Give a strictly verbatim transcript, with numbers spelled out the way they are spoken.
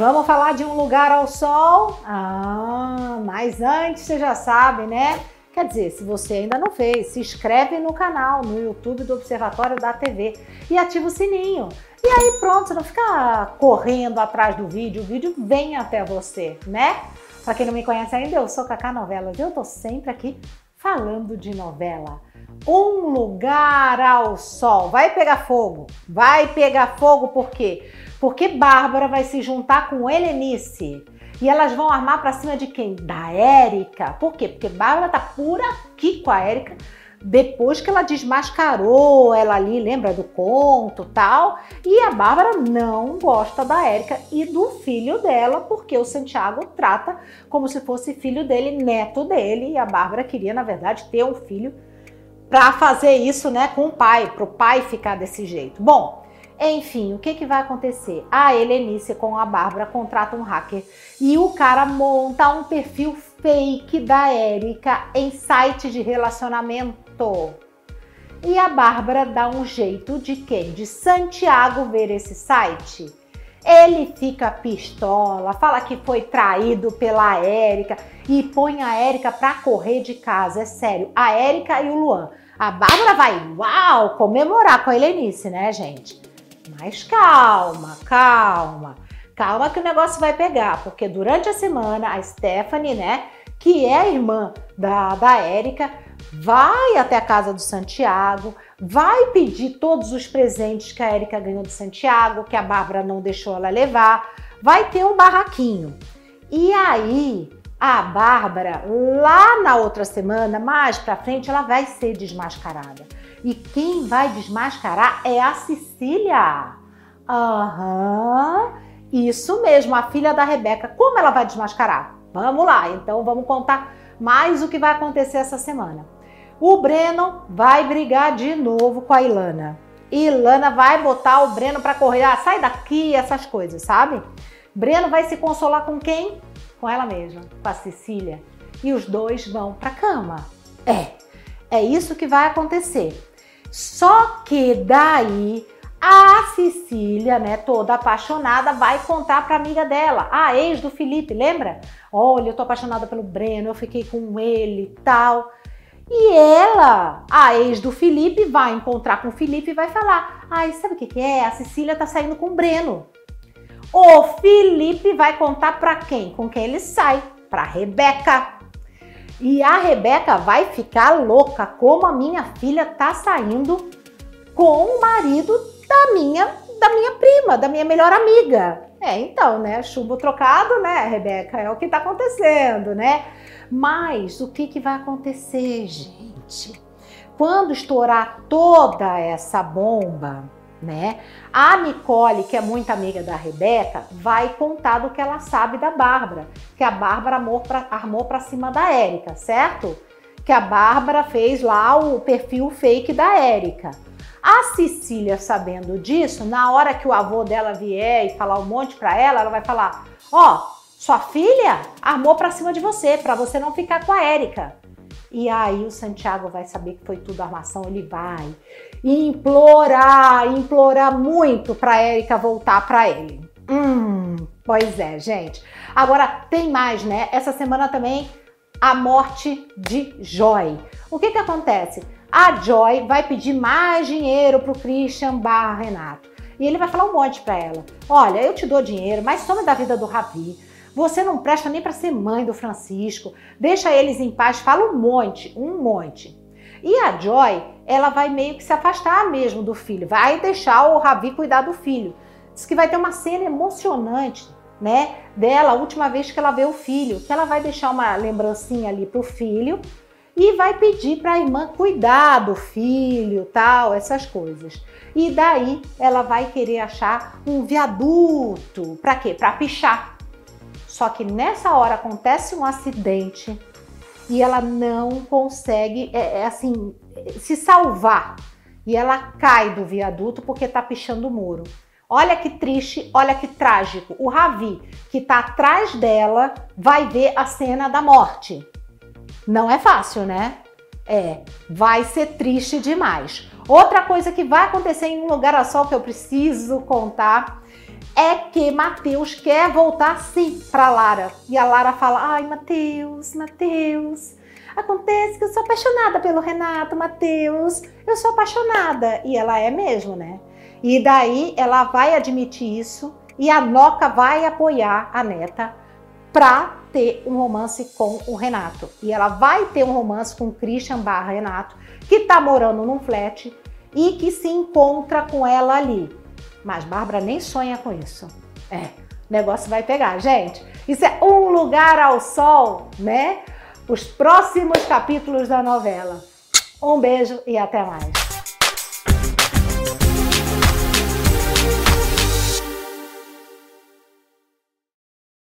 Vamos falar de Um Lugar ao Sol? Ah, mas antes você já sabe, né? Quer dizer, se você ainda não fez, se inscreve no canal, no YouTube do Observatório da T V e ativa o sininho. E aí pronto, você não fica correndo atrás do vídeo, o vídeo vem até você, né? Pra quem não me conhece ainda, eu sou Cacá Novelas e eu tô sempre aqui falando de novela. Um Lugar ao Sol. Vai pegar fogo. Vai pegar fogo por quê? Porque Bárbara vai se juntar com Helenice. E elas vão armar pra cima de quem? Da Érica. Por quê? Porque Bárbara tá por aqui com a Érica depois que ela desmascarou ela ali, lembra do conto e tal. E a Bárbara não gosta da Érica e do filho dela, porque o Santiago trata como se fosse filho dele, neto dele. E a Bárbara queria, na verdade, ter um filho para fazer isso, né, com o pai, para o pai ficar desse jeito. Bom, enfim, o que, que vai acontecer? A Helenice com a Bárbara contrata um hacker e o cara monta um perfil fake da Érica em site de relacionamento. E a Bárbara dá um jeito de quem? De Santiago ver esse site. Ele fica pistola, fala que foi traído pela Érica e põe a Érica pra correr de casa. É sério, a Érica e o Luan. A Bárbara vai, uau, comemorar com a Helenice, né, gente? Mas calma, calma. Calma que o negócio vai pegar, porque durante a semana a Stephanie, né, que é a irmã da, da Érica, vai até a casa do Santiago, vai pedir todos os presentes que a Érica ganhou do Santiago, que a Bárbara não deixou ela levar, vai ter um barraquinho. E aí, a Bárbara, lá na outra semana, mais pra frente, ela vai ser desmascarada. E quem vai desmascarar é a Cecília. Aham, isso mesmo, a filha da Rebeca. Como ela vai desmascarar? Vamos lá, então vamos contar mais o que vai acontecer essa semana. O Breno vai brigar de novo com a Ilana. Ilana vai botar o Breno pra correr. Ah, sai daqui, essas coisas, sabe? Breno vai se consolar com quem? Com ela mesma, com a Cecília. E os dois vão pra cama. É, é isso que vai acontecer. Só que daí a Cecília, né, toda apaixonada, vai contar pra amiga dela, a ex do Felipe, lembra? Olha, eu tô apaixonada pelo Breno, eu fiquei com ele e tal. E ela, a ex do Felipe, vai encontrar com o Felipe e vai falar, ai, sabe o que que é? A Cecília tá saindo com o Breno. O Felipe vai contar pra quem? Com quem ele sai? Pra Rebeca. E a Rebeca vai ficar louca, como a minha filha tá saindo com o marido da minha, da minha prima, da minha melhor amiga. É, então, né, chumbo trocado, né, Rebeca, é o que tá acontecendo, né? Mas o que que vai acontecer, gente? Quando estourar toda essa bomba, né, a Nicole, que é muito amiga da Rebeca, vai contar do que ela sabe da Bárbara, que a Bárbara armou pra, armou pra cima da Érica, certo? Que a Bárbara fez lá o perfil fake da Érica. A Cecília, sabendo disso, na hora que o avô dela vier e falar um monte pra ela, ela vai falar, ó, oh, sua filha armou pra cima de você, pra você não ficar com a Érica. E aí o Santiago vai saber que foi tudo armação, ele vai implorar, implorar muito pra Érica voltar pra ele. Hum, pois é, gente. Agora tem mais, né? Essa semana também a morte de Joy. O que que acontece? A Joy vai pedir mais dinheiro pro Christian barra Renato. E ele vai falar um monte pra ela. Olha, eu te dou dinheiro, mas some da vida do Ravi. Você não presta nem para ser mãe do Francisco. Deixa eles em paz. Fala um monte, um monte. E a Joy, ela vai meio que se afastar mesmo do filho. Vai deixar o Ravi cuidar do filho. Diz que vai ter uma cena emocionante, né, dela, a última vez que ela vê o filho. Que ela vai deixar uma lembrancinha ali pro filho e vai pedir para a irmã cuidar do filho, tal, essas coisas. E daí ela vai querer achar um viaduto. Para quê? Para pichar. Só que nessa hora acontece um acidente e ela não consegue, é, é assim, se salvar. E ela cai do viaduto porque tá pichando o muro. Olha que triste, olha que trágico. O Ravi, que tá atrás dela, vai ver a cena da morte. Não é fácil, né? É, vai ser triste demais. Outra coisa que vai acontecer em Um Lugar ao Sol que eu preciso contar é que Matheus quer voltar sim pra Lara. E a Lara fala, ai, Matheus, Matheus, acontece que eu sou apaixonada pelo Renato, Matheus, eu sou apaixonada. E ela é mesmo, né? E daí ela vai admitir isso e a Noca vai apoiar a neta pra ter um romance com o Renato. E ela vai ter um romance com o Christian barra Renato, que tá morando num flat e que se encontra com ela ali. Mas Bárbara nem sonha com isso. É, o negócio vai pegar, gente. Isso é Um Lugar ao Sol, né? Os próximos capítulos da novela. Um beijo e até mais.